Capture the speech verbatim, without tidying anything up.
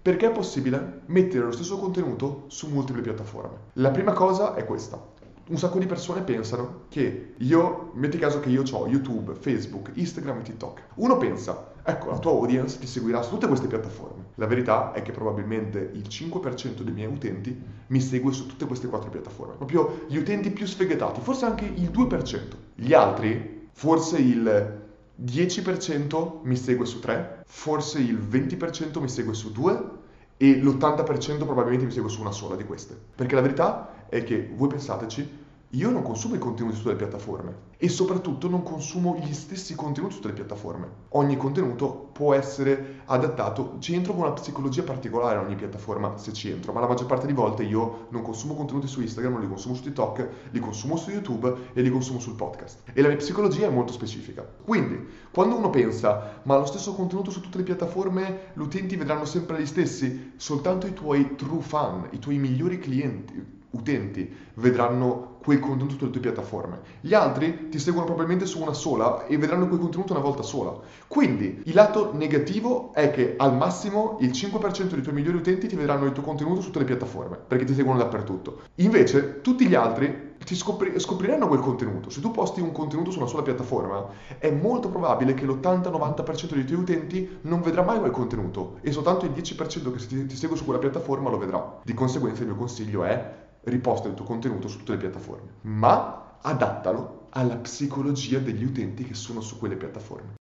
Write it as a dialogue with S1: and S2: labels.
S1: Perché è possibile mettere lo stesso contenuto su multiple piattaforme. La prima cosa è questa. Un sacco di persone pensano che io, metti caso che io ho YouTube, Facebook, Instagram e TikTok. Uno pensa, ecco, la tua audience ti seguirà su tutte queste piattaforme. La verità è che probabilmente il cinque per cento dei miei utenti mi segue su tutte queste quattro piattaforme. Proprio gli utenti più sfegatati, forse anche il due per cento. Gli altri, forse il dieci per cento mi segue su tre, forse il venti per cento mi segue su due e l'ottanta per cento probabilmente mi segue su una sola di queste. Perché la verità è che, voi pensateci, io non consumo i contenuti su tutte le piattaforme e soprattutto non consumo gli stessi contenuti su tutte le piattaforme. Ogni contenuto può essere adattato, ci entro con una psicologia particolare in ogni piattaforma se ci entro, ma la maggior parte di volte io non consumo contenuti su Instagram, non li consumo su TikTok, li consumo su YouTube e li consumo sul podcast. E la mia psicologia è molto specifica. Quindi, quando uno pensa, ma lo stesso contenuto su tutte le piattaforme, gli utenti vedranno sempre gli stessi, soltanto i tuoi true fan, i tuoi migliori clienti, utenti vedranno quel contenuto sulle tue piattaforme. Gli altri ti seguono probabilmente su una sola e vedranno quel contenuto una volta sola. Quindi il lato negativo è che al massimo il cinque per cento dei tuoi migliori utenti ti vedranno il tuo contenuto su tutte le piattaforme, perché ti seguono dappertutto. Invece tutti gli altri ti scopri- scopriranno quel contenuto. Se tu posti un contenuto su una sola piattaforma, è molto probabile che l'ottanta-novanta per cento dei tuoi utenti non vedrà mai quel contenuto e soltanto il dieci per cento che ti, ti segue su quella piattaforma lo vedrà. Di conseguenza il mio consiglio è riposta il tuo contenuto su tutte le piattaforme, ma adattalo alla psicologia degli utenti che sono su quelle piattaforme.